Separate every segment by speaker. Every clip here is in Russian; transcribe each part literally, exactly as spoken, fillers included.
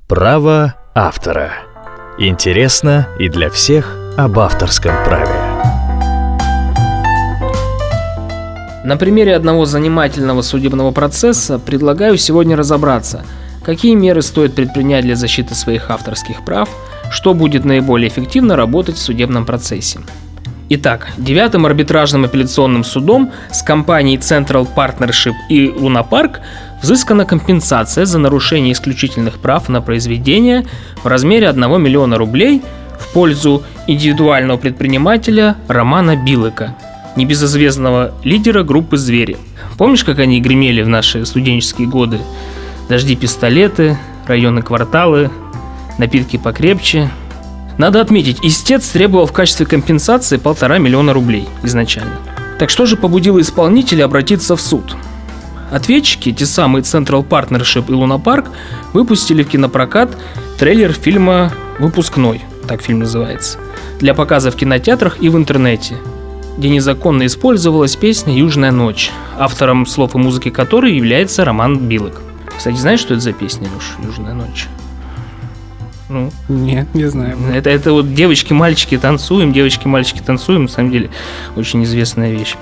Speaker 1: Право автора. Интересно и для всех об авторском праве.
Speaker 2: На примере одного занимательного судебного процесса предлагаю сегодня разобраться, какие меры стоит предпринять для защиты своих авторских прав, что будет наиболее эффективно работать в судебном процессе. Итак, девятым арбитражным апелляционным судом с компанией Central Partnership и Luna Park взыскана компенсация за нарушение исключительных прав на произведение в размере одного миллиона рублей в пользу индивидуального предпринимателя Романа Билыка, небезызвестного лидера группы «Звери». Помнишь, как они гремели в наши студенческие годы? Дожди-пистолеты, районы-кварталы, напитки покрепче. Надо отметить, истец требовал в качестве компенсации полтора миллиона рублей изначально. Так что же побудило исполнителя обратиться в суд? Ответчики, те самые Central Partnership и Luna Park, выпустили в кинопрокат трейлер фильма «Выпускной», так фильм называется, для показа в кинотеатрах и в интернете, где незаконно использовалась песня «Южная ночь», автором слов и музыки которой является Роман Билык. Кстати, знаешь, что это за песня, Леш, «Южная ночь»? Ну,
Speaker 3: Нет, не знаю.
Speaker 2: Это, это вот девочки-мальчики танцуем, девочки-мальчики танцуем, на самом деле очень известная вещь.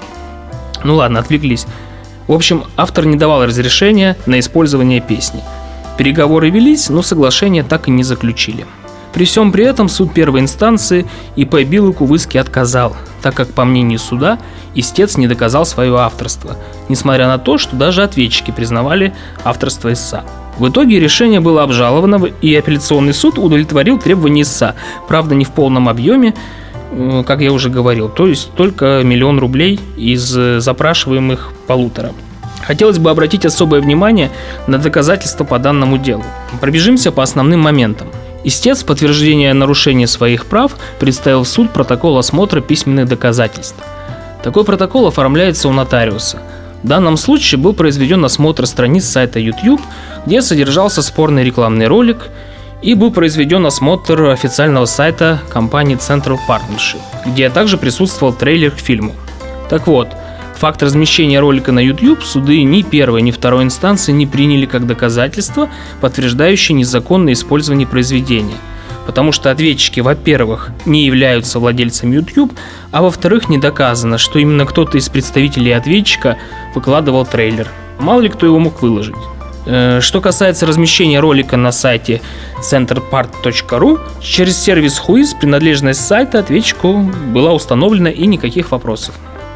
Speaker 2: Ну ладно, отвлеклись. В общем, автор не давал разрешения на использование песни. Переговоры велись, но соглашение так и не заключили. При всем при этом суд первой инстанции И П Билыку в иске отказал, так как, по мнению суда, истец не доказал свое авторство, несмотря на то, что даже ответчики признавали авторство истца. В итоге решение было обжаловано, и апелляционный суд удовлетворил требования истца, правда, не в полном объеме, как я уже говорил, то есть только миллион рублей из запрашиваемых полутора. Хотелось бы обратить особое внимание на доказательства по данному делу. Пробежимся по основным моментам. Истец в подтверждение нарушения своих прав представил в суд протокол осмотра письменных доказательств. Такой протокол оформляется у нотариуса. В данном случае был произведен осмотр страниц сайта YouTube, где содержался спорный рекламный ролик, и был произведен осмотр официального сайта компании Central Partnership, где также присутствовал трейлер к фильму. Так вот, факт размещения ролика на YouTube суды ни первой, ни второй инстанции не приняли как доказательство, подтверждающее незаконное использование произведения, потому что ответчики, во-первых, не являются владельцами YouTube, а во-вторых, не доказано, что именно кто-то из представителей ответчика выкладывал трейлер. Мало ли кто его мог выложить. Что касается размещения ролика на сайте centerpart точка ру, через сервис Whois принадлежность сайта ответчику была установлена и никаких вопросов.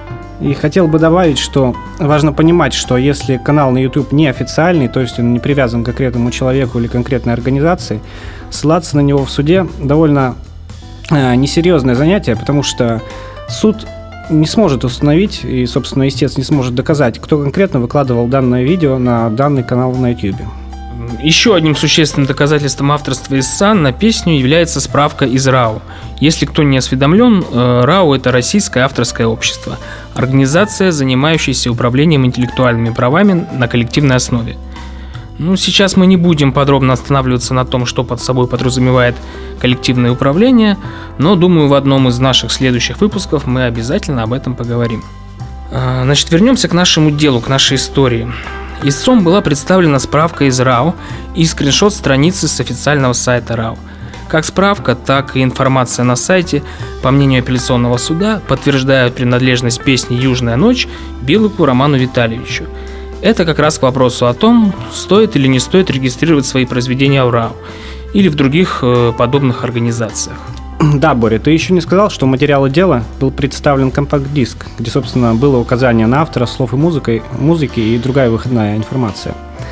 Speaker 3: И хотел бы добавить, что важно понимать, что если канал на YouTube не официальный, то есть он не привязан к конкретному человеку или конкретной организации, ссылаться на него в суде довольно э, несерьезное занятие, потому что суд не сможет установить, и, собственно, истец не сможет доказать, кто конкретно выкладывал данное видео на данный канал на YouTube.
Speaker 2: Еще одним существенным доказательством авторства истца на песню является справка из РАО. Если кто не осведомлен, РАО – это Российское авторское общество, организация, занимающаяся управлением интеллектуальными правами на коллективной основе. Ну, сейчас мы не будем подробно останавливаться на том, что под собой подразумевает коллективное управление, но, думаю, в одном из наших следующих выпусков мы обязательно об этом поговорим. Значит, вернемся к нашему делу, к нашей истории. Истцом была представлена справка из РАО и скриншот страницы с официального сайта РАО. Как справка, так и информация на сайте, по мнению апелляционного суда, подтверждают принадлежность песни «Южная ночь» Билыку Роману Витальевичу. Это как раз к вопросу о том, стоит или не стоит регистрировать свои произведения в РАО или в других э, подобных организациях.
Speaker 3: Да, Боря, ты еще не сказал, что в материале дела был представлен компакт-диск, где, собственно, было указание на автора, слов и музыки, музыки и другая выходная информация.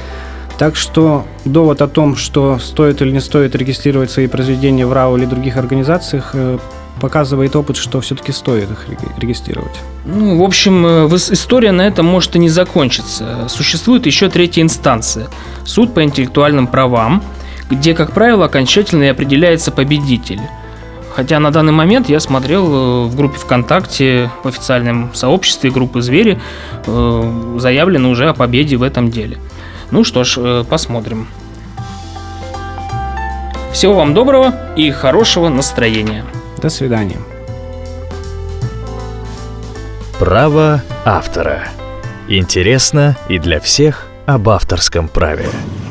Speaker 3: Так что довод о том, что стоит или не стоит регистрировать свои произведения в РАО или других организациях, э, показывает опыт, что все-таки стоит их регистрировать.
Speaker 2: Ну, в общем, история на этом может и не закончиться. Существует еще третья инстанция – суд по интеллектуальным правам, где, как правило, окончательно и определяется победитель. Хотя на данный момент я смотрел в группе ВКонтакте, в официальном сообществе группы «Звери», заявлено уже о победе в этом деле. Ну что ж, посмотрим. Всего вам доброго и хорошего настроения.
Speaker 3: До свидания.
Speaker 1: Право автора. Интересно и для всех об авторском праве.